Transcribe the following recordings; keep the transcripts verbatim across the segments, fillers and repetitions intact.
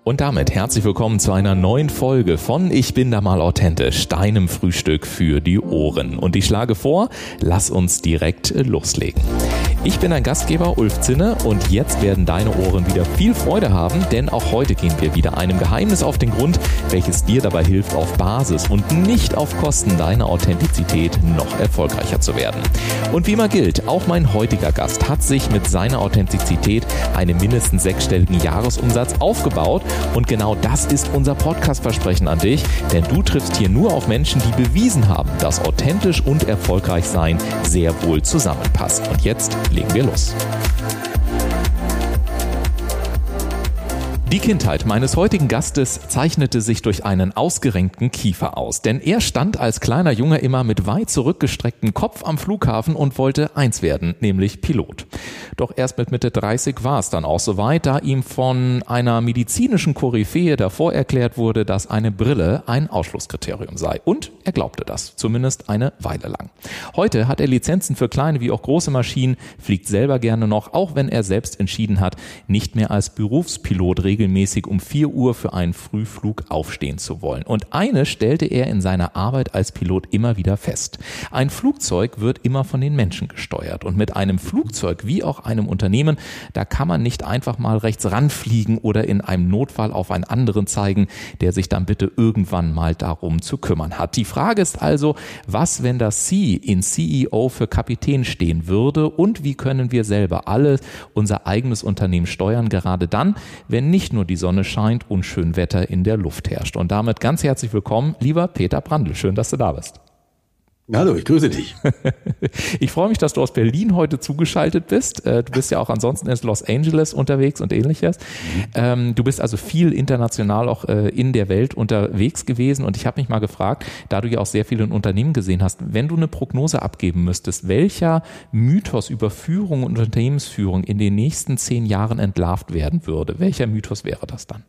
Und damit herzlich willkommen zu einer neuen Folge von Ich bin da mal authentisch, deinem Frühstück für die Ohren. Und ich schlage vor, lass uns direkt loslegen. Ich bin dein Gastgeber Ulf Zinne und jetzt werden deine Ohren wieder viel Freude haben, denn auch heute gehen wir wieder einem Geheimnis auf den Grund, welches dir dabei hilft, auf Basis und nicht auf Kosten deiner Authentizität noch erfolgreicher zu werden. Und wie immer gilt, auch mein heutiger Gast hat sich mit seiner Authentizität einen mindestens sechsstelligen Jahresumsatz aufgebaut. Und genau das ist unser Podcast-Versprechen an dich, denn du triffst hier nur auf Menschen, die bewiesen haben, dass authentisch und erfolgreich sein sehr wohl zusammenpasst. Und jetzt legen wir los. Die Kindheit meines heutigen Gastes zeichnete sich durch einen ausgerenkten Kiefer aus, denn er stand als kleiner Junge immer mit weit zurückgestrecktem Kopf am Flughafen und wollte eins werden, nämlich Pilot. Doch erst mit Mitte dreißig war es dann auch soweit, da ihm von einer medizinischen Koryphäe davor erklärt wurde, dass eine Brille ein Ausschlusskriterium sei. Und er glaubte das, zumindest eine Weile lang. Heute hat er Lizenzen für kleine wie auch große Maschinen, fliegt selber gerne noch, auch wenn er selbst entschieden hat, nicht mehr als Berufspilot regelmäßig regelmäßig um vier Uhr für einen Frühflug aufstehen zu wollen. Und eine stellte er in seiner Arbeit als Pilot immer wieder fest. Ein Flugzeug wird immer von den Menschen gesteuert. Und mit einem Flugzeug wie auch einem Unternehmen, da kann man nicht einfach mal rechts ranfliegen oder in einem Notfall auf einen anderen zeigen, der sich dann bitte irgendwann mal darum zu kümmern hat. Die Frage ist also, was, wenn das C in C E O für Kapitän stehen würde und wie können wir selber alle unser eigenes Unternehmen steuern, gerade dann, wenn nicht nur die Sonne scheint und schön Wetter in der Luft herrscht. Und damit ganz herzlich willkommen, lieber Peter Brandl. Schön, dass du da bist. Hallo, ich grüße dich. Ich freue mich, dass du aus Berlin heute zugeschaltet bist. Du bist ja auch ansonsten in Los Angeles unterwegs und ähnliches. Mhm. Du bist also viel international auch in der Welt unterwegs gewesen. Und ich habe mich mal gefragt, da du ja auch sehr viele Unternehmen gesehen hast, wenn du eine Prognose abgeben müsstest, welcher Mythos über Führung und Unternehmensführung in den nächsten zehn Jahren entlarvt werden würde, welcher Mythos wäre das dann?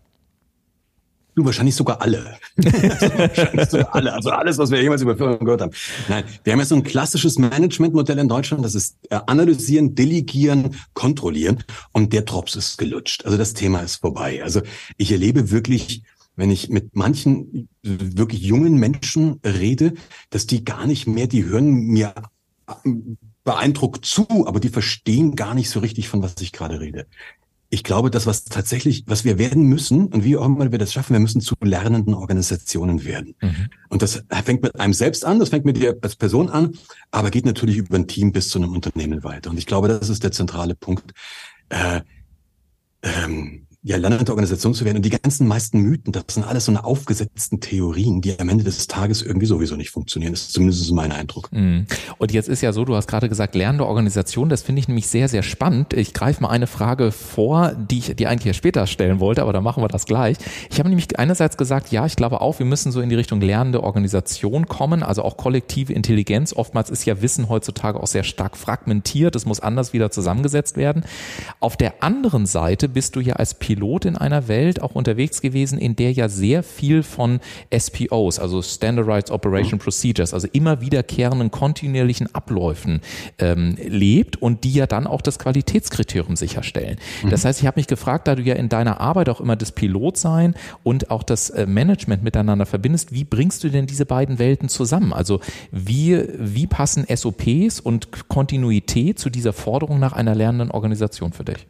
Du, wahrscheinlich sogar alle. wahrscheinlich sogar alle. Also alles, was wir jemals über Führung gehört haben. Nein, wir haben ja so ein klassisches Managementmodell in Deutschland. Das ist äh, analysieren, delegieren, kontrollieren. Und der Drops ist gelutscht. Also das Thema ist vorbei. Also ich erlebe wirklich, wenn ich mit manchen wirklich jungen Menschen rede, dass die gar nicht mehr, die hören mir beeindruckt zu, aber die verstehen gar nicht so richtig, von was ich gerade rede. Ich glaube, das, was tatsächlich, was wir werden müssen, und wie auch immer wir das schaffen, wir müssen zu lernenden Organisationen werden. Mhm. Und das fängt mit einem selbst an, das fängt mit dir als Person an, aber geht natürlich über ein Team bis zu einem Unternehmen weiter. Und ich glaube, das ist der zentrale Punkt, äh, ähm, ja, lernende Organisation zu werden. Und die ganzen meisten Mythen, das sind alles so eine aufgesetzten Theorien, die am Ende des Tages irgendwie sowieso nicht funktionieren. Das ist zumindest mein Eindruck. Und jetzt ist ja so, du hast gerade gesagt, lernende Organisation, das finde ich nämlich sehr, sehr spannend. Ich greife mal eine Frage vor, die ich die eigentlich ja später stellen wollte, aber da machen wir das gleich. Ich habe nämlich einerseits gesagt, ja, ich glaube auch, wir müssen so in die Richtung lernende Organisation kommen, also auch kollektive Intelligenz. Oftmals ist ja Wissen heutzutage auch sehr stark fragmentiert, es muss anders wieder zusammengesetzt werden. Auf der anderen Seite bist du ja als Pilot in einer Welt auch unterwegs gewesen, in der ja sehr viel von S P Os, also Standardized Operation Procedures, also immer wiederkehrenden kontinuierlichen Abläufen ähm, lebt und die ja dann auch das Qualitätskriterium sicherstellen. Mhm. Das heißt, ich habe mich gefragt, da du ja in deiner Arbeit auch immer das Pilotsein und auch das äh, Management miteinander verbindest, wie bringst du denn diese beiden Welten zusammen? Also wie, wie passen S O Ps und Kontinuität zu dieser Forderung nach einer lernenden Organisation für dich?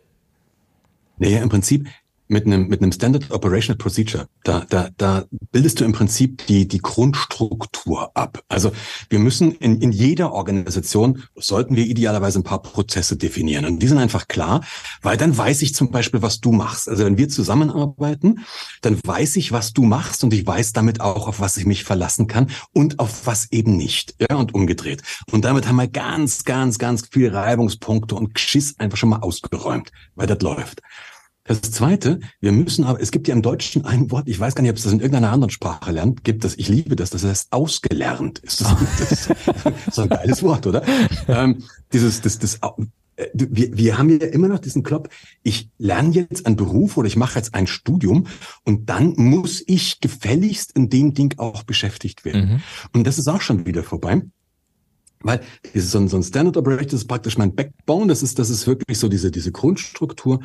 Naja, im Prinzip mit einem mit einem Standard Operational Procedure, da da da bildest du im Prinzip die die Grundstruktur ab. Also wir müssen in in jeder Organisation, sollten wir idealerweise ein paar Prozesse definieren. Und die sind einfach klar, weil dann weiß ich zum Beispiel, was du machst. Also wenn wir zusammenarbeiten, dann weiß ich, was du machst und ich weiß damit auch, auf was ich mich verlassen kann und auf was eben nicht. Ja, und umgedreht. Und damit haben wir ganz, ganz, ganz viele Reibungspunkte und Geschiss einfach schon mal ausgeräumt, weil das läuft. Das Zweite, wir müssen aber, es gibt ja im Deutschen ein Wort, ich weiß gar nicht, ob es das in irgendeiner anderen Sprache lernt, gibt das, ich liebe das, das heißt ausgelernt. Ist das, das ist so ein geiles Wort, oder? Ähm, dieses, das, das, wir, wir haben ja immer noch diesen Klopp, ich lerne jetzt einen Beruf oder ich mache jetzt ein Studium und dann muss ich gefälligst in dem Ding auch beschäftigt werden. Mhm. Und das ist auch schon wieder vorbei. Weil das ist so ein, so ein Standard Operator, das ist praktisch mein Backbone, das ist, das ist wirklich so diese, diese Grundstruktur.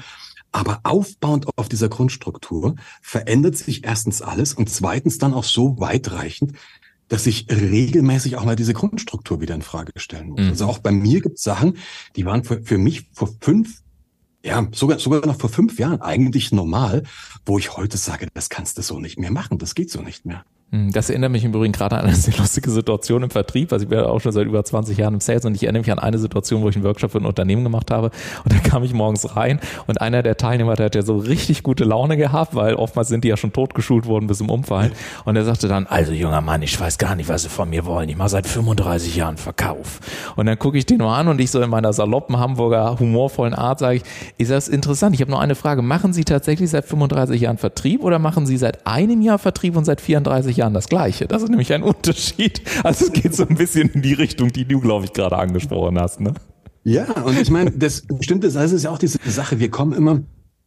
Aber aufbauend auf dieser Grundstruktur verändert sich erstens alles und zweitens dann auch so weitreichend, dass ich regelmäßig auch mal diese Grundstruktur wieder in Frage stellen muss. Mhm. Also auch bei mir gibt es Sachen, die waren für, für mich vor fünf, ja, sogar, sogar noch vor fünf Jahren eigentlich normal, wo ich heute sage, das kannst du so nicht mehr machen, das geht so nicht mehr. Das erinnert mich im Übrigen gerade an eine sehr lustige Situation im Vertrieb. Also ich bin ja auch schon seit über zwanzig Jahren im Sales und ich erinnere mich an eine Situation, wo ich einen Workshop für ein Unternehmen gemacht habe und da kam ich morgens rein und einer der Teilnehmer, der hat ja so richtig gute Laune gehabt, weil oftmals sind die ja schon totgeschult worden bis zum Umfallen und er sagte dann, also junger Mann, ich weiß gar nicht, was Sie von mir wollen. Ich mache seit fünfunddreißig Jahren Verkauf. Und dann gucke ich den nur an und ich so in meiner saloppen Hamburger humorvollen Art sage ich, ist das interessant? Ich habe nur eine Frage. Machen Sie tatsächlich seit fünfunddreißig Jahren Vertrieb oder machen Sie seit einem Jahr Vertrieb und seit vierunddreißig Jahren das Gleiche? Das ist nämlich ein Unterschied. Also es geht so ein bisschen in die Richtung, die du, glaube ich, gerade angesprochen hast, ne? Ja, und ich meine, das stimmt, das ist ja auch diese Sache, wir kommen immer,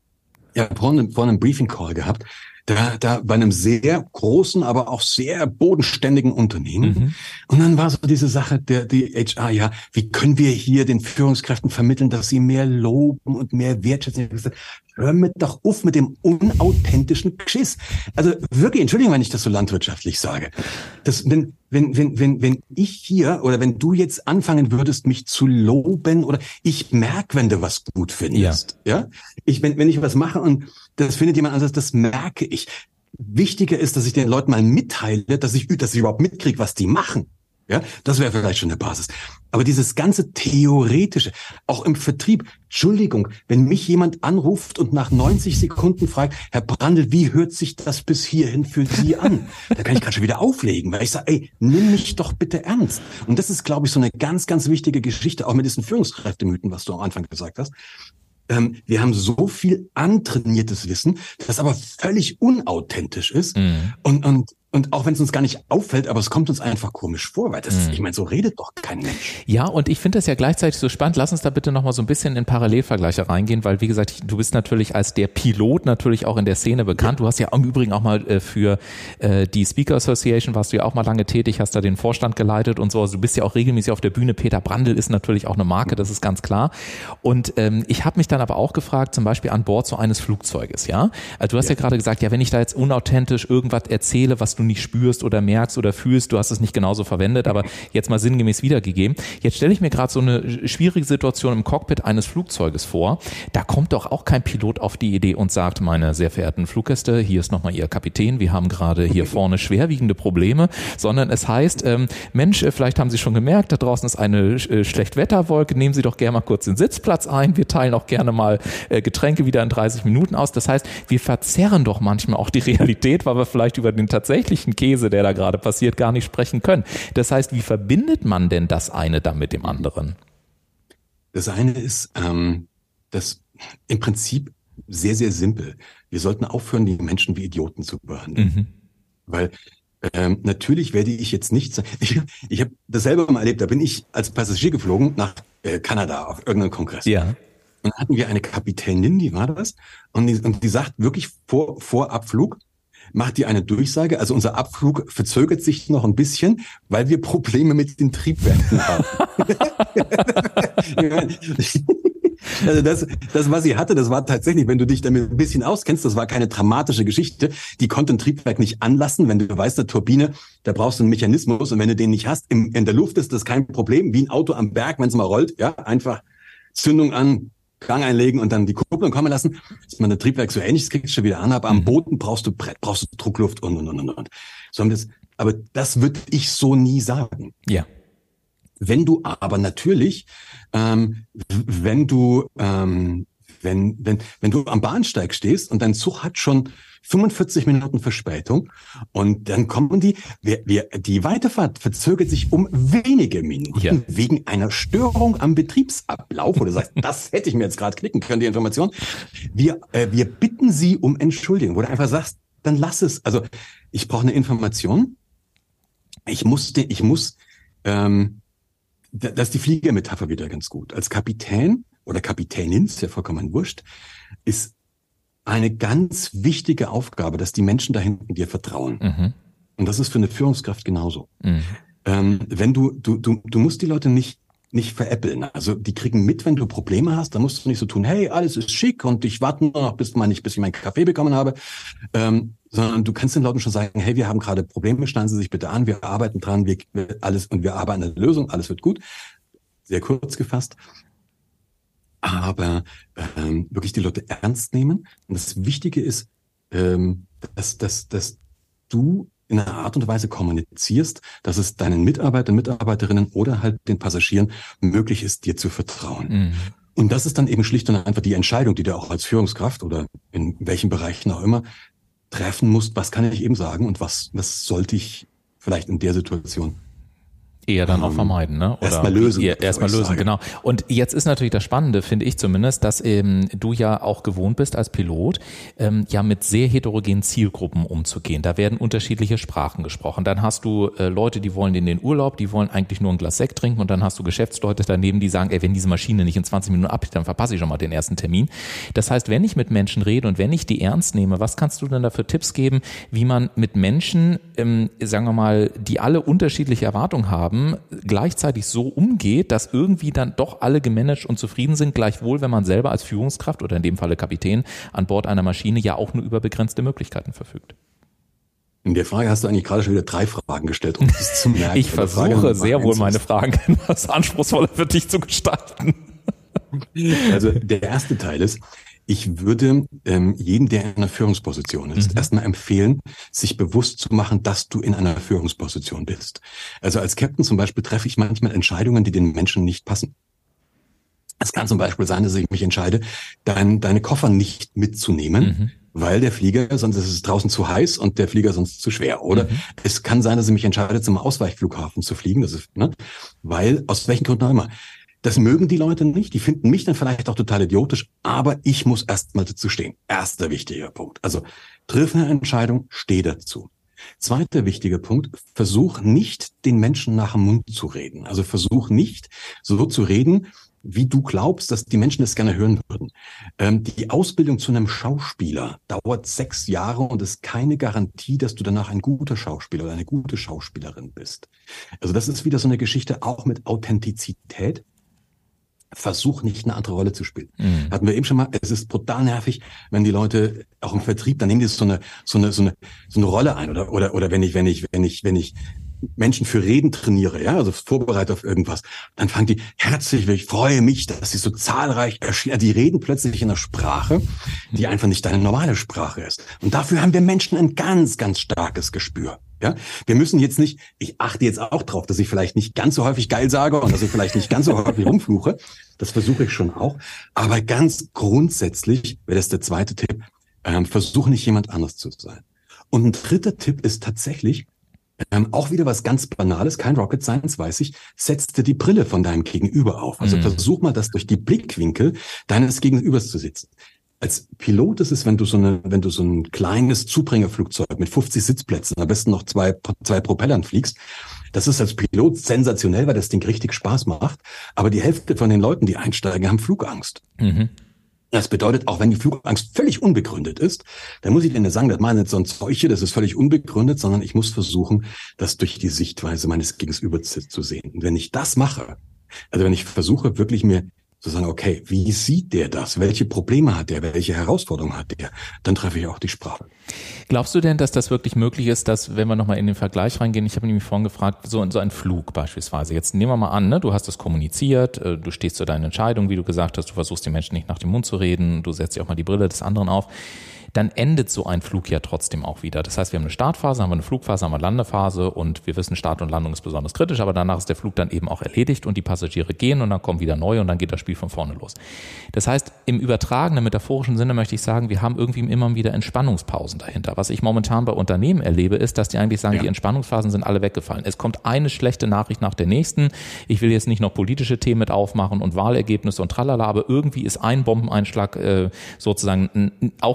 ja, vorhin vor einem Briefing-Call gehabt, da, da bei einem sehr großen, aber auch sehr bodenständigen Unternehmen. Mhm. Und dann war so diese Sache, der, die H R, ja, wie können wir hier den Führungskräften vermitteln, dass sie mehr loben und mehr wertschätzen? Hör mir doch auf mit dem unauthentischen Geschiss. Also wirklich, Entschuldigung, wenn ich das so landwirtschaftlich sage. Das, wenn, wenn, wenn, wenn, wenn ich hier oder wenn du jetzt anfangen würdest, mich zu loben oder ich merke, wenn du was gut findest, ja, ja? Ich, wenn, wenn ich was mache und das findet jemand anderes, das merke ich. Wichtiger ist, dass ich den Leuten mal mitteile, dass ich, dass ich überhaupt mitkriege, was die machen. Ja, das wäre vielleicht schon eine Basis. Aber dieses ganze Theoretische, auch im Vertrieb, Entschuldigung, wenn mich jemand anruft und nach neunzig Sekunden fragt, Herr Brandl, wie hört sich das bis hierhin für Sie an? Da kann ich gerade schon wieder auflegen, weil ich sage, ey, nimm mich doch bitte ernst. Und das ist, glaube ich, so eine ganz, ganz wichtige Geschichte, auch mit diesen Führungskräftemythen, was du am Anfang gesagt hast. Ähm, wir haben so viel antrainiertes Wissen, das aber völlig unauthentisch ist. Mhm. Und, und, und auch wenn es uns gar nicht auffällt, aber es kommt uns einfach komisch vor, weil das, mhm. ich meine, so redet doch kein Mensch. Ja, und ich finde das ja gleichzeitig so spannend. Lass uns da bitte nochmal so ein bisschen in Parallelvergleiche reingehen, weil, wie gesagt, du bist natürlich als der Pilot natürlich auch in der Szene bekannt. Ja. Du hast ja im Übrigen auch mal äh, für äh, die Speaker Association warst du ja auch mal lange tätig, hast da den Vorstand geleitet und so. Also du bist ja auch regelmäßig auf der Bühne. Peter Brandl ist natürlich auch eine Marke, das ist ganz klar. Und ähm, ich habe mich dann aber auch gefragt, zum Beispiel an Bord so eines Flugzeuges, ja? Also du hast ja, ja gerade gesagt, ja, wenn ich da jetzt unauthentisch irgendwas erzähle, was du nicht spürst oder merkst oder fühlst, du hast es nicht genauso verwendet, aber jetzt mal sinngemäß wiedergegeben. Jetzt stelle ich mir gerade so eine schwierige Situation im Cockpit eines Flugzeuges vor. Da kommt doch auch kein Pilot auf die Idee und sagt, meine sehr verehrten Fluggäste, hier ist nochmal Ihr Kapitän, wir haben gerade hier vorne schwerwiegende Probleme, sondern es heißt, ähm, Mensch, vielleicht haben Sie schon gemerkt, da draußen ist eine äh, Schlechtwetterwolke, nehmen Sie doch gerne mal kurz den Sitzplatz ein, wir teilen auch gerne mal äh, Getränke wieder in dreißig Minuten aus. Das heißt, wir verzerren doch manchmal auch die Realität, weil wir vielleicht über den tatsächlichen Käse, der da gerade passiert, gar nicht sprechen können. Das heißt, wie verbindet man denn das eine dann mit dem anderen? Das eine ist, ähm, das im Prinzip sehr, sehr simpel. Wir sollten aufhören, die Menschen wie Idioten zu behandeln. Mhm. Weil ähm, natürlich werde ich jetzt nicht sagen, ich, ich habe das selber mal erlebt, da bin ich als Passagier geflogen nach äh, Kanada auf irgendeinen Kongress. Ja. Und dann hatten wir eine Kapitänin, die war das, und die, und die sagt wirklich vor, vor Abflug, macht die eine Durchsage, also unser Abflug verzögert sich noch ein bisschen, weil wir Probleme mit den Triebwerken haben. Also das, das, was sie hatte, das war tatsächlich, wenn du dich damit ein bisschen auskennst, das war keine dramatische Geschichte. Die konnte ein Triebwerk nicht anlassen. Wenn du weißt, eine Turbine, da brauchst du einen Mechanismus, und wenn du den nicht hast, im, in der Luft ist das kein Problem, wie ein Auto am Berg, wenn es mal rollt, ja, einfach Zündung an, Gang einlegen und dann die Kupplung kommen lassen. Ist man ein Triebwerk so ähnlich, das kriegst du schon wieder an, aber am Boden brauchst du Brett, brauchst du Druckluft und, und, und, und. So haben das, aber das würde ich so nie sagen. Ja. Wenn du aber natürlich, ähm, wenn du, ähm, wenn, wenn, wenn du am Bahnsteig stehst und dein Zug hat schon fünfundvierzig Minuten Verspätung und dann kommen die, wir, wir, die Weiterfahrt verzögert sich um wenige Minuten ja. wegen einer Störung am Betriebsablauf, wo du sagst, das hätte ich mir jetzt gerade knicken können, die Information. Wir, äh, wir bitten Sie um Entschuldigung, wo du einfach sagst, dann lass es. Also ich brauche eine Information. Ich muss, den, ich muss, ähm, das ist die Fliegermetapher wieder ganz gut. Als Kapitän oder Kapitänin, ist ja vollkommen wurscht, ist eine ganz wichtige Aufgabe, dass die Menschen da hinten dir vertrauen. Mhm. Und das ist für eine Führungskraft genauso. Mhm. Ähm, wenn du, du, du, du musst die Leute nicht nicht veräppeln. Also die kriegen mit, wenn du Probleme hast, dann musst du nicht so tun, hey, alles ist schick und ich warte nur noch, bis, mal nicht, bis ich meinen Kaffee bekommen habe, ähm, sondern du kannst den Leuten schon sagen, hey, wir haben gerade Probleme, schneiden Sie sich bitte an, wir arbeiten dran, wir alles und wir arbeiten an der Lösung, alles wird gut. Sehr kurz gefasst. Aber ähm, wirklich die Leute ernst nehmen. Und das Wichtige ist, ähm, dass, dass, dass du in einer Art und Weise kommunizierst, dass es deinen Mitarbeitern, Mitarbeiterinnen oder halt den Passagieren möglich ist, dir zu vertrauen. Mhm. Und das ist dann eben schlicht und einfach die Entscheidung, die du auch als Führungskraft oder in welchen Bereichen auch immer treffen musst. Was kann ich eben sagen und was, was sollte ich vielleicht in der Situation eher dann auch vermeiden, ne? Oder erstmal lösen. Erstmal lösen, sage. Genau. Und jetzt ist natürlich das Spannende, finde ich zumindest, dass ähm, du ja auch gewohnt bist als Pilot, ähm, ja mit sehr heterogenen Zielgruppen umzugehen. Da werden unterschiedliche Sprachen gesprochen. Dann hast du äh, Leute, die wollen in den Urlaub, die wollen eigentlich nur ein Glas Sekt trinken und dann hast du Geschäftsleute daneben, die sagen, ey, wenn diese Maschine nicht in zwanzig Minuten abhebt, dann verpasse ich schon mal den ersten Termin. Das heißt, wenn ich mit Menschen rede und wenn ich die ernst nehme, was kannst du denn da für Tipps geben, wie man mit Menschen, ähm, sagen wir mal, die alle unterschiedliche Erwartungen haben, gleichzeitig so umgeht, dass irgendwie dann doch alle gemanagt und zufrieden sind, gleichwohl, wenn man selber als Führungskraft oder in dem Falle Kapitän an Bord einer Maschine ja auch nur über begrenzte Möglichkeiten verfügt. In der Frage hast du eigentlich gerade schon wieder drei Fragen gestellt, um das zu merken. Ich versuche sehr wohl meine Fragen etwas anspruchsvoller für dich zu gestalten. Also der erste Teil ist, ich würde ähm, jedem, der in einer Führungsposition ist, mhm. erstmal empfehlen, sich bewusst zu machen, dass du in einer Führungsposition bist. Also als Captain zum Beispiel treffe ich manchmal Entscheidungen, die den Menschen nicht passen. Es kann zum Beispiel sein, dass ich mich entscheide, dein, deine Koffer nicht mitzunehmen, mhm. weil der Flieger, sonst ist es draußen zu heiß und der Flieger sonst zu schwer. Oder mhm. es kann sein, dass ich mich entscheide, zum Ausweichflughafen zu fliegen, das ist, ne, weil, aus welchen Gründen auch immer. Das mögen die Leute nicht, die finden mich dann vielleicht auch total idiotisch, aber ich muss erst mal dazu stehen. Erster wichtiger Punkt. Also triff eine Entscheidung, steh dazu. Zweiter wichtiger Punkt, versuch nicht, den Menschen nach dem Mund zu reden. Also versuch nicht, so zu reden, wie du glaubst, dass die Menschen es gerne hören würden. Ähm, die Ausbildung zu einem Schauspieler dauert sechs Jahre und ist keine Garantie, dass du danach ein guter Schauspieler oder eine gute Schauspielerin bist. Also das ist wieder so eine Geschichte auch mit Authentizität. Versuch nicht eine andere Rolle zu spielen. Mhm. Hatten wir eben schon mal, es ist brutal nervig, wenn die Leute auch im Vertrieb, dann nehmen die so eine, so eine, so eine, so eine Rolle ein oder, oder, oder wenn ich, wenn ich, wenn ich, wenn ich Menschen für Reden trainiere, ja, also vorbereite auf irgendwas, dann fangen die herzlich, ich freue mich, dass sie so zahlreich erschienen, die reden plötzlich in einer Sprache, die einfach nicht deine normale Sprache ist. Und dafür haben wir Menschen ein ganz, ganz starkes Gespür. Ja, wir müssen jetzt nicht, ich achte jetzt auch drauf, dass ich vielleicht nicht ganz so häufig geil sage und dass ich vielleicht nicht ganz so häufig rumfluche. Das versuche ich schon auch. Aber ganz grundsätzlich wäre das der zweite Tipp, ähm, versuche nicht jemand anders zu sein. Und ein dritter Tipp ist tatsächlich, ähm, auch wieder was ganz Banales, kein Rocket Science, weiß ich, setz dir die Brille von deinem Gegenüber auf. Also mhm. versuch mal, das durch die Blickwinkel deines Gegenübers zu sitzen. Als Pilot ist es, wenn du so eine, wenn du so ein kleines Zubringerflugzeug mit fünfzig Sitzplätzen, am besten noch zwei, zwei Propellern fliegst. Das ist als Pilot sensationell, weil das Ding richtig Spaß macht. Aber die Hälfte von den Leuten, die einsteigen, haben Flugangst. Mhm. Das bedeutet, auch wenn die Flugangst völlig unbegründet ist, dann muss ich denen sagen, das meine nicht so ein Zeug hier, das ist völlig unbegründet, sondern ich muss versuchen, das durch die Sichtweise meines Gegenübers zu sehen. Und wenn ich das mache, also wenn ich versuche, wirklich mir zu sagen, okay, wie sieht der das? Welche Probleme hat der? Welche Herausforderungen hat der? Dann treffe ich auch die Sprache. Glaubst du denn, dass das wirklich möglich ist, dass, wenn wir nochmal in den Vergleich reingehen, ich habe nämlich vorhin gefragt, so, so ein Flug beispielsweise, jetzt nehmen wir mal an, ne, du hast das kommuniziert, du stehst zu deinen Entscheidungen, wie du gesagt hast, du versuchst den Menschen nicht nach dem Mund zu reden, du setzt dir auch mal die Brille des anderen auf. Dann endet so ein Flug ja trotzdem auch wieder. Das heißt, wir haben eine Startphase, haben wir eine Flugphase, haben wir eine Landephase und wir wissen, Start und Landung ist besonders kritisch, aber danach ist der Flug dann eben auch erledigt und die Passagiere gehen und dann kommen wieder neue und dann geht das Spiel von vorne los. Das heißt, im übertragenen, metaphorischen Sinne möchte ich sagen, wir haben irgendwie immer wieder Entspannungspausen dahinter. Was ich momentan bei Unternehmen erlebe, ist, dass die eigentlich sagen, ja. die Entspannungsphasen sind alle weggefallen. Es kommt eine schlechte Nachricht nach der nächsten. Ich will jetzt nicht noch politische Themen mit aufmachen und Wahlergebnisse und tralala, aber irgendwie ist ein Bombeneinschlag äh, sozusagen auch tatsächlich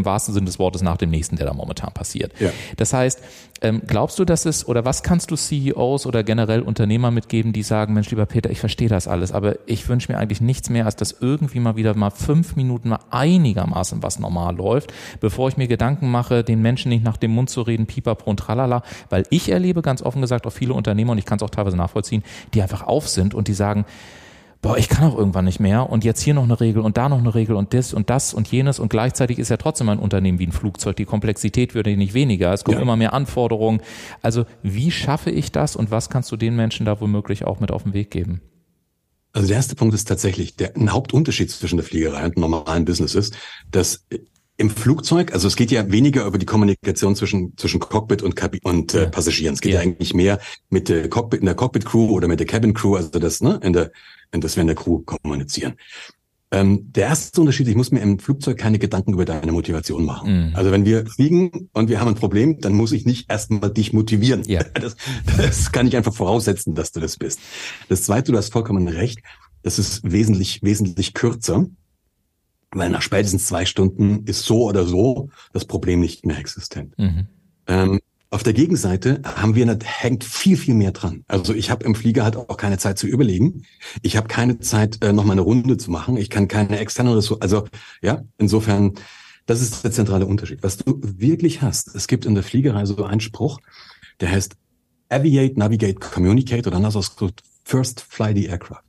im wahrsten Sinne des Wortes nach dem nächsten, der da momentan passiert. Ja. Das heißt, ähm, glaubst du, dass es, oder was kannst du C E Os oder generell Unternehmer mitgeben, die sagen, Mensch, lieber Peter, ich verstehe das alles, aber ich wünsche mir eigentlich nichts mehr, als dass irgendwie mal wieder mal fünf Minuten mal einigermaßen was normal läuft, bevor ich mir Gedanken mache, den Menschen nicht nach dem Mund zu reden, pipapo und tralala, weil ich erlebe ganz offen gesagt auch viele Unternehmer, und ich kann es auch teilweise nachvollziehen, die einfach auf sind und die sagen, boah, ich kann auch irgendwann nicht mehr und jetzt hier noch eine Regel und da noch eine Regel und das und das und jenes und gleichzeitig ist ja trotzdem ein Unternehmen wie ein Flugzeug. Die Komplexität wird ja nicht weniger, es kommen ja immer mehr Anforderungen. Also wie schaffe ich das und was kannst du den Menschen da womöglich auch mit auf den Weg geben? Also der erste Punkt ist tatsächlich, der ein Hauptunterschied zwischen der Fliegerei und dem normalen Business ist, dass im Flugzeug, also es geht ja weniger über die Kommunikation zwischen zwischen Cockpit und Kabi- und äh, Passagieren. Es geht ja. ja eigentlich mehr mit der Cockpit, in der Cockpit Crew oder mit der Cabin Crew, also das ne in der in das wir in der Crew kommunizieren. Ähm, der erste Unterschied: Ich muss mir im Flugzeug keine Gedanken über deine Motivation machen. Mhm. Also wenn wir fliegen und wir haben ein Problem, dann muss ich nicht erstmal dich motivieren. Ja. Das, das kann ich einfach voraussetzen, dass du das bist. Das Zweite, du hast vollkommen recht. Das ist wesentlich wesentlich kürzer. Weil nach spätestens zwei Stunden ist so oder so das Problem nicht mehr existent. Mhm. Ähm, auf der Gegenseite haben wir, hängt viel, viel mehr dran. Also ich habe im Flieger halt auch keine Zeit zu überlegen. Ich habe keine Zeit, äh, noch mal eine Runde zu machen. Ich kann keine externen Ressourcen. Also ja, insofern, das ist der zentrale Unterschied. Was du wirklich hast, es gibt in der Fliegerei so einen Spruch, der heißt Aviate, Navigate, Communicate oder anders ausgedrückt, First fly the aircraft.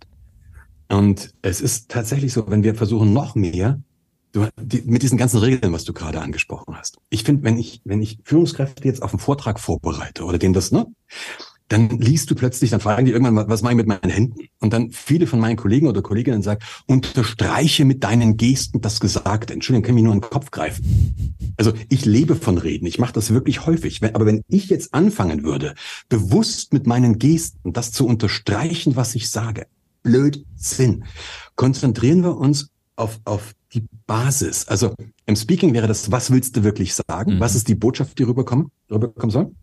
Und es ist tatsächlich so, wenn wir versuchen noch mehr, du, die, mit diesen ganzen Regeln, was du gerade angesprochen hast. Ich finde, wenn ich, wenn ich Führungskräfte jetzt auf einen Vortrag vorbereite oder denen das, ne, dann liest du plötzlich, dann fragen die irgendwann, was mache ich mit meinen Händen? Und dann viele von meinen Kollegen oder Kolleginnen sagen, unterstreiche mit deinen Gesten das Gesagte. Entschuldigung, kann mich nur in den Kopf greifen. Also ich lebe von Reden, ich mache das wirklich häufig. Aber wenn ich jetzt anfangen würde, bewusst mit meinen Gesten das zu unterstreichen, was ich sage, Blödsinn. Konzentrieren wir uns auf, auf die Basis. Also im Speaking wäre das, was willst du wirklich sagen? Mhm. Was ist die Botschaft, die rüberkommen, rüberkommen soll?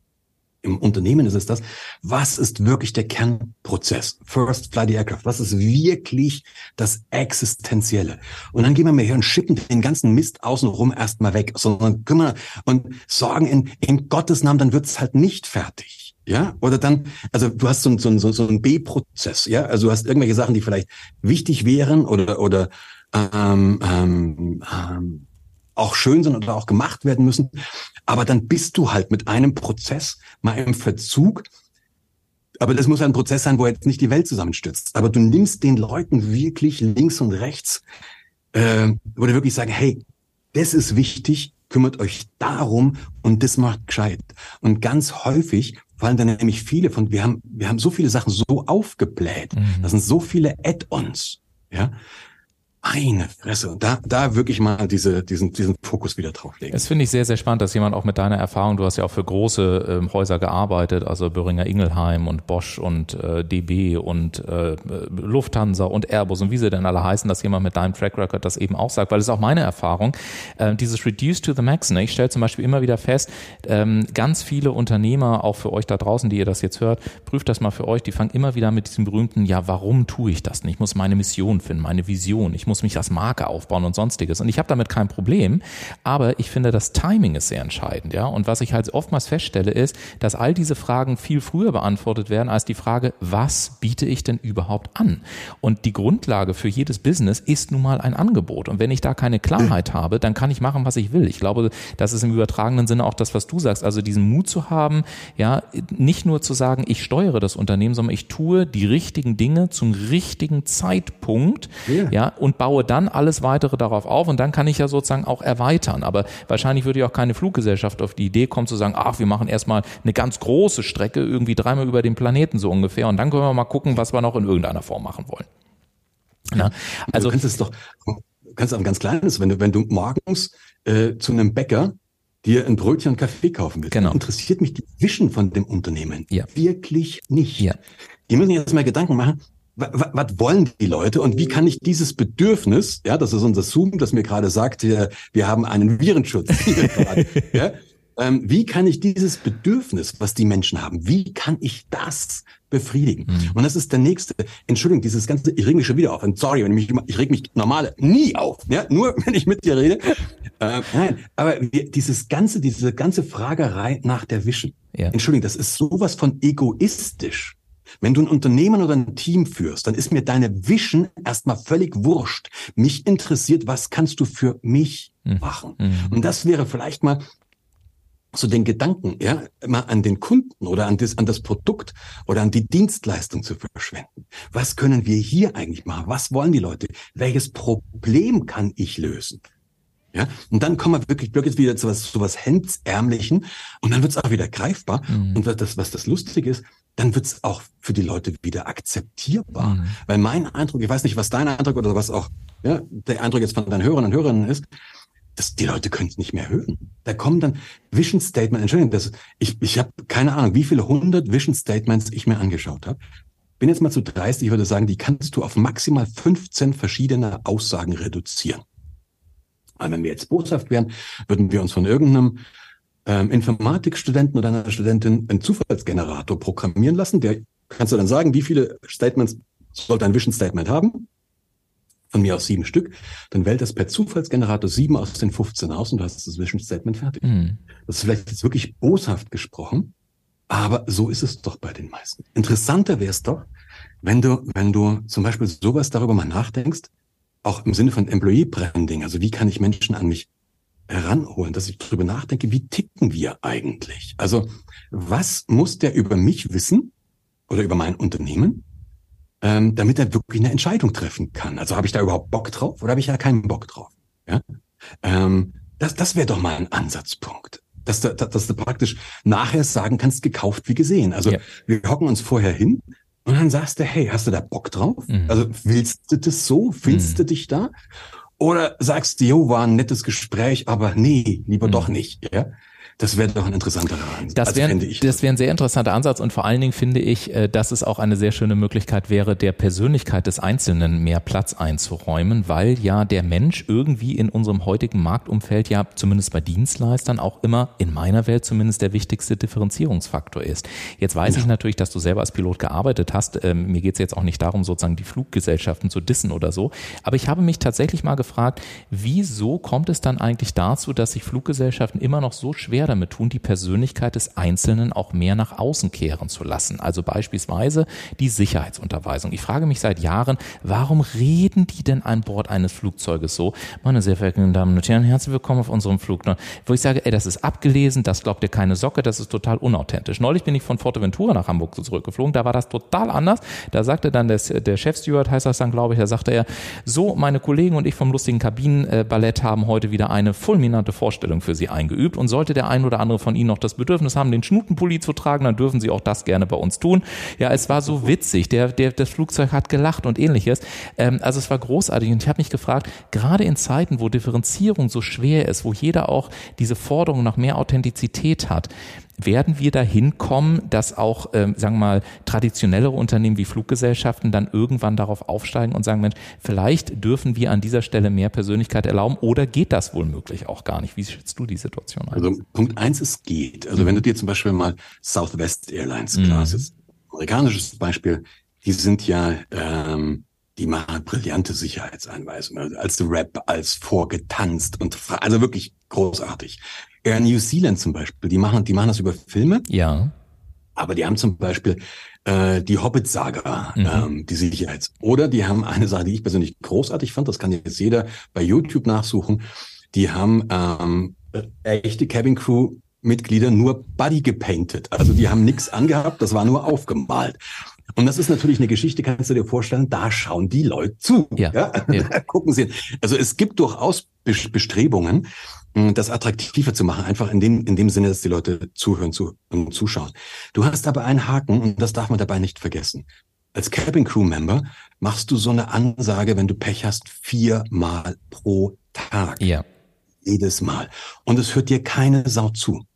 Im Unternehmen ist es das, was ist wirklich der Kernprozess? First fly the aircraft. Was ist wirklich das Existenzielle? Und dann gehen wir mal her und schippen den ganzen Mist außenrum erstmal weg, sondern kümmern und sorgen in, in Gottes Namen, dann wird's halt nicht fertig. Ja, oder dann, also du hast so ein, so ein, so ein B-Prozess, ja, also du hast irgendwelche Sachen, die vielleicht wichtig wären oder, oder, ähm, ähm, ähm, auch schön sind oder auch gemacht werden müssen. Aber dann bist du halt mit einem Prozess mal im Verzug. Aber das muss ein Prozess sein, wo jetzt nicht die Welt zusammenstürzt. Aber du nimmst den Leuten wirklich links und rechts, äh, wo du wirklich sagen, hey, das ist wichtig, kümmert euch darum und das macht gescheit. Und ganz häufig fallen dann nämlich viele von, wir haben, wir haben so viele Sachen so aufgebläht. Mhm. Das sind so viele Add-ons, ja. Meine Fresse. Und da, da wirklich mal diese, diesen, diesen Fokus wieder drauflegen. Das finde ich sehr, sehr spannend, dass jemand auch mit deiner Erfahrung, du hast ja auch für große ähm, Häuser gearbeitet, also Boehringer Ingelheim und Bosch und äh, D B und äh, Lufthansa und Airbus und wie sie denn alle heißen, dass jemand mit deinem Track Record das eben auch sagt, weil es ist auch meine Erfahrung, äh, dieses Reduce to the Max, ne? Ich stelle zum Beispiel immer wieder fest, ähm, ganz viele Unternehmer, auch für euch da draußen, die ihr das jetzt hört, prüft das mal für euch, die fangen immer wieder mit diesem berühmten, ja, warum tue ich das nicht? Ich muss meine Mission finden, meine Vision, ich muss mich als Marke aufbauen und sonstiges. Und ich habe damit kein Problem, aber ich finde, das Timing ist sehr entscheidend, ja. Und was ich halt oftmals feststelle, ist, dass all diese Fragen viel früher beantwortet werden als die Frage, was biete ich denn überhaupt an? Und die Grundlage für jedes Business ist nun mal ein Angebot. Und wenn ich da keine Klarheit habe, dann kann ich machen, was ich will. Ich glaube, das ist im übertragenen Sinne auch das, was du sagst. Also diesen Mut zu haben, ja, nicht nur zu sagen, ich steuere das Unternehmen, sondern ich tue die richtigen Dinge zum richtigen Zeitpunkt, ja, ja und baue dann alles weitere darauf auf und dann kann ich ja sozusagen auch erweitern. Aber wahrscheinlich würde ja auch keine Fluggesellschaft auf die Idee kommen zu sagen, ach, wir machen erstmal eine ganz große Strecke, irgendwie dreimal über den Planeten so ungefähr und dann können wir mal gucken, was wir noch in irgendeiner Form machen wollen. Na, also du kannst es doch, du kannst auch ein ganz kleines, wenn du, wenn du morgens äh, zu einem Bäcker dir ein Brötchen und Kaffee kaufen willst, genau, interessiert mich die Vision von dem Unternehmen ja wirklich nicht. Ja. Die müssen jetzt mal Gedanken machen, was, was wollen die Leute und wie kann ich dieses Bedürfnis, ja, das ist unser Zoom, das mir gerade sagt, wir, wir haben einen Virenschutz, ja, ähm, wie kann ich dieses Bedürfnis, was die Menschen haben, wie kann ich das befriedigen? Mhm. Und das ist der nächste. Entschuldigung, dieses ganze, ich reg mich schon wieder auf. Und sorry, wenn ich mich, ich reg mich normal nie auf, ja, nur wenn ich mit dir rede. Äh, nein, aber wir, dieses ganze, diese ganze Fragerei nach der Vision. Ja. Entschuldigung, das ist sowas von egoistisch. Wenn du ein Unternehmen oder ein Team führst, dann ist mir deine Vision erstmal völlig wurscht. Mich interessiert, was kannst du für mich machen? Mhm. Und das wäre vielleicht mal so den Gedanken, ja, mal an den Kunden oder an das, an das Produkt oder an die Dienstleistung zu verschwenden. Was können wir hier eigentlich machen? Was wollen die Leute? Welches Problem kann ich lösen? Ja, und dann kommen wir wirklich, wirklich wieder zu was, zu was Hemdsärmlichen und dann wird's auch wieder greifbar. Mhm. Und das, was das Lustige ist, dann wird's auch für die Leute wieder akzeptierbar. Mhm. Weil mein Eindruck, ich weiß nicht, was dein Eindruck oder was auch ja, der Eindruck jetzt von deinen Hörern und Hörerinnen ist, dass die Leute können es nicht mehr hören. Da kommen dann Vision Statements, Entschuldigung, das, ich, ich habe keine Ahnung, wie viele hundert Vision Statements ich mir angeschaut habe. Bin jetzt mal zu dreistig, ich würde sagen, die kannst du auf maximal fünfzehn verschiedene Aussagen reduzieren. Weil wenn wir jetzt boshaft wären, würden wir uns von irgendeinem ähm, Informatikstudenten oder einer Studentin einen Zufallsgenerator programmieren lassen. Der kannst du dann sagen, wie viele Statements sollte ein Vision Statement haben? Von mir aus sieben Stück. Dann wählt das per Zufallsgenerator sieben aus den fünfzehn aus und du hast das Vision Statement fertig. Mhm. Das ist vielleicht jetzt wirklich boshaft gesprochen, aber so ist es doch bei den meisten. Interessanter wäre es doch, wenn du, wenn du zum Beispiel sowas darüber mal nachdenkst, auch im Sinne von Employee Branding, also wie kann ich Menschen an mich heranholen, dass ich darüber nachdenke, wie ticken wir eigentlich? Also was muss der über mich wissen oder über mein Unternehmen, ähm, damit er wirklich eine Entscheidung treffen kann? Also habe ich da überhaupt Bock drauf oder habe ich ja keinen Bock drauf? Ja, ähm, das, das wäre doch mal ein Ansatzpunkt, dass du, dass du praktisch nachher sagen kannst, gekauft wie gesehen. Also ja. Wir hocken uns vorher hin. Und dann sagst du, hey, hast du da Bock drauf? Mhm. Also willst du das so? Willst mhm. du dich da? Oder sagst du, jo, war ein nettes Gespräch, aber nee, lieber mhm. doch nicht, ja? Das wäre doch ein interessanter Ansatz. Das wäre also das wäre ein sehr interessanter Ansatz und vor allen Dingen finde ich, dass es auch eine sehr schöne Möglichkeit wäre, der Persönlichkeit des Einzelnen mehr Platz einzuräumen, weil ja der Mensch irgendwie in unserem heutigen Marktumfeld ja zumindest bei Dienstleistern auch immer, in meiner Welt zumindest, der wichtigste Differenzierungsfaktor ist. Jetzt weiß ja. ich natürlich, dass du selber als Pilot gearbeitet hast. Ähm, mir geht es jetzt auch nicht darum, sozusagen die Fluggesellschaften zu dissen oder so. Aber ich habe mich tatsächlich mal gefragt, wieso kommt es dann eigentlich dazu, dass sich Fluggesellschaften immer noch so schwer damit tun, die Persönlichkeit des Einzelnen auch mehr nach außen kehren zu lassen. Also beispielsweise die Sicherheitsunterweisung. Ich frage mich seit Jahren, warum reden die denn an Bord eines Flugzeuges so? Meine sehr verehrten Damen und Herren, herzlich willkommen auf unserem Flug. Wo ich sage, ey, das ist abgelesen, das glaubt ihr keine Socke, das ist total unauthentisch. Neulich bin ich von Forteventura nach Hamburg zurückgeflogen, da war das total anders. Da sagte dann der, der Chefsteward, heißt das dann, glaube ich, da sagte er, so, meine Kollegen und ich vom lustigen Kabinenballett haben heute wieder eine fulminante Vorstellung für Sie eingeübt und sollte der ein oder andere von Ihnen noch das Bedürfnis haben, den Schnutenpulli zu tragen, dann dürfen Sie auch das gerne bei uns tun. Ja, es war so witzig, der, der, das Flugzeug hat gelacht und ähnliches. Ähm, also es war großartig und ich habe mich gefragt, gerade in Zeiten, wo Differenzierung so schwer ist, wo jeder auch diese Forderung nach mehr Authentizität hat, werden wir dahin kommen, dass auch, ähm, sagen wir mal, traditionellere Unternehmen wie Fluggesellschaften dann irgendwann darauf aufsteigen und sagen, Mensch, vielleicht dürfen wir an dieser Stelle mehr Persönlichkeit erlauben oder geht das wohl möglich auch gar nicht? Wie schätzt du die Situation ein? Also Punkt eins, es geht. Also mhm. wenn du dir zum Beispiel mal Southwest Airlines, klar, das ist ein amerikanisches Beispiel, die sind ja, ähm, die machen brillante Sicherheitseinweisungen, also als Rap, als vorgetanzt und also wirklich großartig. Air New Zealand zum Beispiel, die machen, die machen das über Filme. Ja. Aber die haben zum Beispiel äh, die Hobbit-Saga, mhm. ähm, die Sicherheits. Oder die haben eine Sache, die ich persönlich großartig fand, das kann jetzt jeder bei YouTube nachsuchen. Die haben ähm, echte Cabin Crew Mitglieder nur Body gepainted. Also die haben nichts angehabt, das war nur aufgemalt. Und das ist natürlich eine Geschichte, kannst du dir vorstellen, da schauen die Leute zu. Ja, ja? ja. Da gucken sie. Also es gibt durchaus Bestrebungen, das attraktiver zu machen, einfach in dem, in dem Sinne, dass die Leute zuhören zu, und zuschauen. Du hast aber einen Haken und das darf man dabei nicht vergessen. Als Cabin Crew Member machst du so eine Ansage, wenn du Pech hast, viermal pro Tag. Ja. Jedes Mal. Und es hört dir keine Sau zu.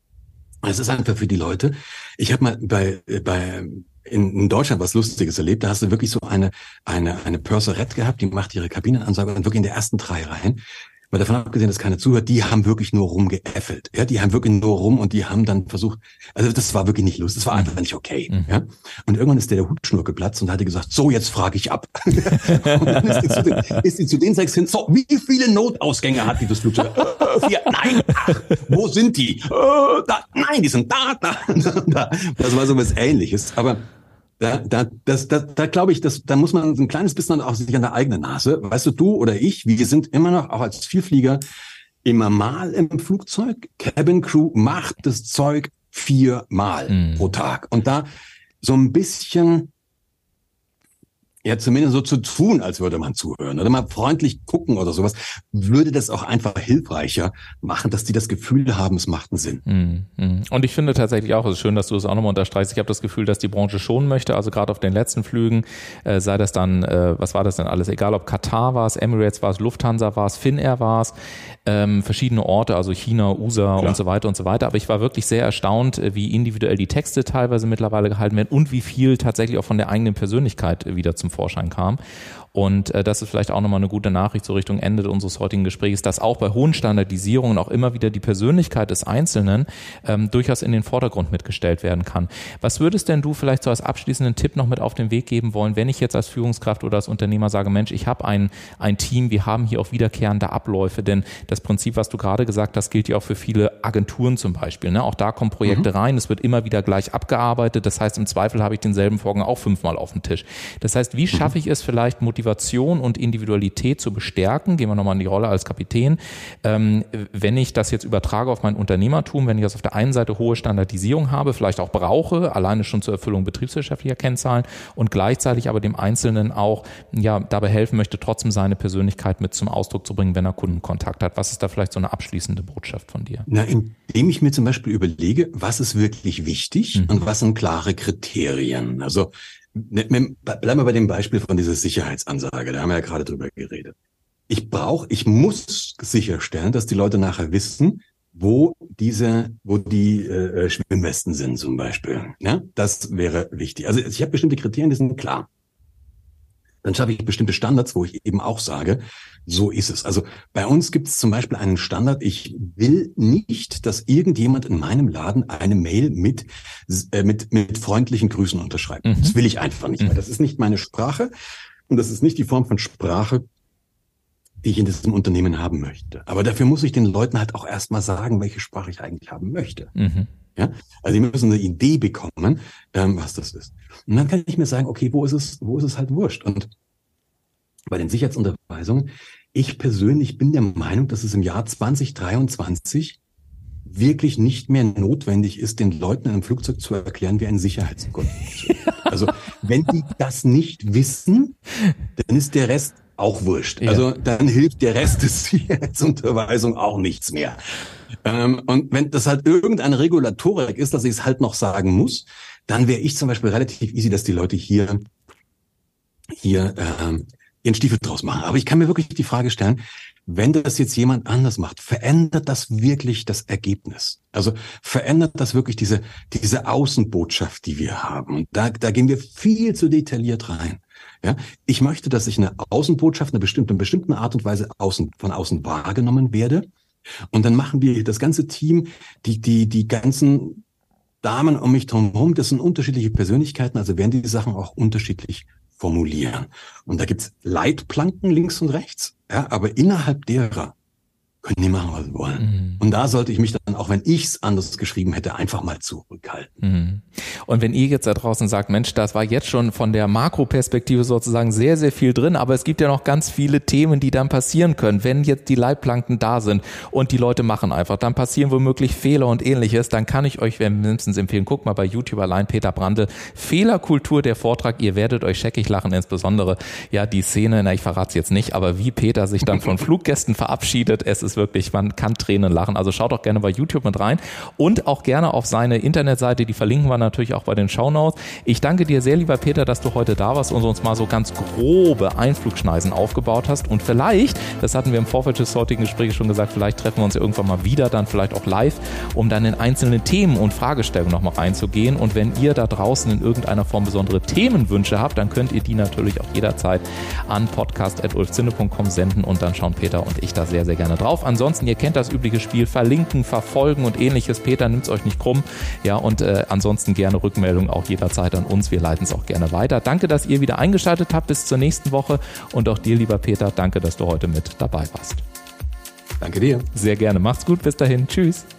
Es ist einfach für die Leute. Ich habe mal bei, bei, in, in Deutschland was Lustiges erlebt. Da hast du wirklich so eine, eine, eine Purserette gehabt, die macht ihre Kabinenansage und wirklich in der ersten drei Reihen. weil davon abgesehen, dass keiner zuhört, die haben wirklich nur rumgeäffelt. Ja, die haben wirklich nur rum und die haben dann versucht, also das war wirklich nicht lustig, das war einfach nicht okay. Mhm. Ja, und irgendwann ist der, der Hutschnur geplatzt und hat gesagt, so, jetzt frage ich ab. Und dann ist die, zu den, ist die zu den sechs hin, so, wie viele Notausgänge hat dieses Flugzeug? Äh, vier, nein, ach, wo sind die? Äh, da, nein, die sind da, da, da. Das war so was Ähnliches, aber Da, da, das, da, da glaube ich, das, da muss man ein kleines bisschen auch sich an der eigenen Nase. Weißt du, du oder ich, wir sind immer noch, auch als Vielflieger, immer mal im Flugzeug. Cabin Crew macht das Zeug viermal mhm. pro Tag. Und da so ein bisschen, ja, zumindest so zu tun, als würde man zuhören oder mal freundlich gucken oder sowas, würde das auch einfach hilfreicher machen, dass die das Gefühl haben, es macht einen Sinn. Mm, mm. Und ich finde tatsächlich auch, es ist schön, dass du es auch nochmal unterstreichst. Ich habe das Gefühl, dass die Branche schonen möchte, also gerade auf den letzten Flügen, äh, sei das dann, äh, was war das denn alles, egal ob Katar war es, Emirates war es, Lufthansa war es, Finnair war es, ähm, verschiedene Orte, also China, U S A Klar. und so weiter und so weiter. Aber ich war wirklich sehr erstaunt, wie individuell die Texte teilweise mittlerweile gehalten werden und wie viel tatsächlich auch von der eigenen Persönlichkeit wieder zum Vorschein kam. Und äh, das ist vielleicht auch nochmal eine gute Nachricht so Richtung Ende unseres heutigen Gesprächs, dass auch bei hohen Standardisierungen auch immer wieder die Persönlichkeit des Einzelnen ähm, durchaus in den Vordergrund mitgestellt werden kann. Was würdest denn du vielleicht so als abschließenden Tipp noch mit auf den Weg geben wollen, wenn ich jetzt als Führungskraft oder als Unternehmer sage, Mensch, ich habe ein, ein Team, wir haben hier auch wiederkehrende Abläufe, denn das Prinzip, was du gerade gesagt hast, gilt ja auch für viele Agenturen zum Beispiel. Ne? Auch da kommen Projekte mhm. rein, es wird immer wieder gleich abgearbeitet, das heißt, im Zweifel habe ich denselben Vorgang auch fünfmal auf dem Tisch. Das heißt, wie schaffe ich es vielleicht, Motivation und Individualität zu bestärken, gehen wir nochmal in die Rolle als Kapitän, ähm, wenn ich das jetzt übertrage auf mein Unternehmertum, wenn ich das auf der einen Seite hohe Standardisierung habe, vielleicht auch brauche, alleine schon zur Erfüllung betriebswirtschaftlicher Kennzahlen und gleichzeitig aber dem Einzelnen auch ja dabei helfen möchte, trotzdem seine Persönlichkeit mit zum Ausdruck zu bringen, wenn er Kundenkontakt hat. Was ist da vielleicht so eine abschließende Botschaft von dir? Na, indem ich mir zum Beispiel überlege, was ist wirklich wichtig mhm. und was sind klare Kriterien. Also bleiben wir bei dem Beispiel von dieser Sicherheitsansage, da haben wir ja gerade drüber geredet. Ich brauche, ich muss sicherstellen, dass die Leute nachher wissen, wo diese, wo die äh, Schwimmwesten sind zum Beispiel. Ja, das wäre wichtig. Also ich habe bestimmte Kriterien, die sind klar. Dann schaffe ich bestimmte Standards, wo ich eben auch sage, so ist es. Also bei uns gibt es zum Beispiel einen Standard, ich will nicht, dass irgendjemand in meinem Laden eine Mail mit äh, mit mit freundlichen Grüßen unterschreibt. Mhm. Das will ich einfach nicht, weil das ist nicht meine Sprache und das ist nicht die Form von Sprache, die ich in diesem Unternehmen haben möchte. Aber dafür muss ich den Leuten halt auch erstmal sagen, welche Sprache ich eigentlich haben möchte. Mhm. Ja, also die müssen eine Idee bekommen, ähm, was das ist. Und dann kann ich mir sagen, okay, wo ist es, wo ist es halt wurscht? Und bei den Sicherheitsunterweisungen, ich persönlich bin der Meinung, dass es im Jahr zwanzig dreiundzwanzig wirklich nicht mehr notwendig ist, den Leuten in einem Flugzeug zu erklären, wie ein Sicherheitsgurt funktioniert. Also wenn die das nicht wissen, dann ist der Rest auch wurscht. Ja. Also dann hilft der Rest des Sicherheitsunterweisung auch nichts mehr. Ähm, und wenn das halt irgendeine Regulatorik ist, dass ich es halt noch sagen muss, dann wäre ich zum Beispiel relativ easy, dass die Leute hier hier ähm, ihren Stiefel draus machen. Aber ich kann mir wirklich die Frage stellen, wenn das jetzt jemand anders macht, verändert das wirklich das Ergebnis? Also verändert das wirklich diese diese Außenbotschaft, die wir haben? Und da da gehen wir viel zu detailliert rein. Ja, ich möchte, dass ich eine Außenbotschaft eine bestimmte, in bestimmten Art und Weise außen von außen wahrgenommen werde. Und dann machen wir das ganze Team, die die die ganzen Damen um mich drumherum, das sind unterschiedliche Persönlichkeiten, also werden die Sachen auch unterschiedlich formulieren. Und da gibt's Leitplanken links und rechts, ja, aber innerhalb derer können die machen, was sie wollen. Mhm. Und da sollte ich mich dann, auch wenn ich's anders geschrieben hätte, einfach mal zurückhalten. Mhm. Und wenn ihr jetzt da draußen sagt, Mensch, das war jetzt schon von der Makroperspektive sozusagen sehr, sehr viel drin, aber es gibt ja noch ganz viele Themen, die dann passieren können, wenn jetzt die Leitplanken da sind und die Leute machen einfach, dann passieren womöglich Fehler und ähnliches, dann kann ich euch mindestens empfehlen, guckt mal bei YouTube allein Peter Brandl, Fehlerkultur, der Vortrag, ihr werdet euch scheckig lachen, insbesondere ja die Szene, na ich verrate es jetzt nicht, aber wie Peter sich dann von Fluggästen verabschiedet, es ist wirklich, man kann Tränen lachen. Also schaut auch gerne bei YouTube mit rein und auch gerne auf seine Internetseite, die verlinken wir natürlich auch bei den Shownotes. Ich danke dir sehr, lieber Peter, dass du heute da warst und uns mal so ganz grobe Einflugschneisen aufgebaut hast. Und vielleicht, das hatten wir im Vorfeld des heutigen Gesprächs schon gesagt, vielleicht treffen wir uns ja irgendwann mal wieder, dann vielleicht auch live, um dann in einzelne Themen und Fragestellungen nochmal reinzugehen. Und wenn ihr da draußen in irgendeiner Form besondere Themenwünsche habt, dann könnt ihr die natürlich auch jederzeit an podcast at ulf zinne punkt com senden und dann schauen Peter und ich da sehr, sehr gerne drauf. Ansonsten, ihr kennt das übliche Spiel, verlinken, verfolgen und ähnliches. Peter, nimmt's euch nicht krumm. Ja, und äh, ansonsten gerne Rückmeldungen auch jederzeit an uns. Wir leiten es auch gerne weiter. Danke, dass ihr wieder eingeschaltet habt. Bis zur nächsten Woche. Und auch dir, lieber Peter, danke, dass du heute mit dabei warst. Danke dir. Sehr gerne. Macht's gut. Bis dahin. Tschüss.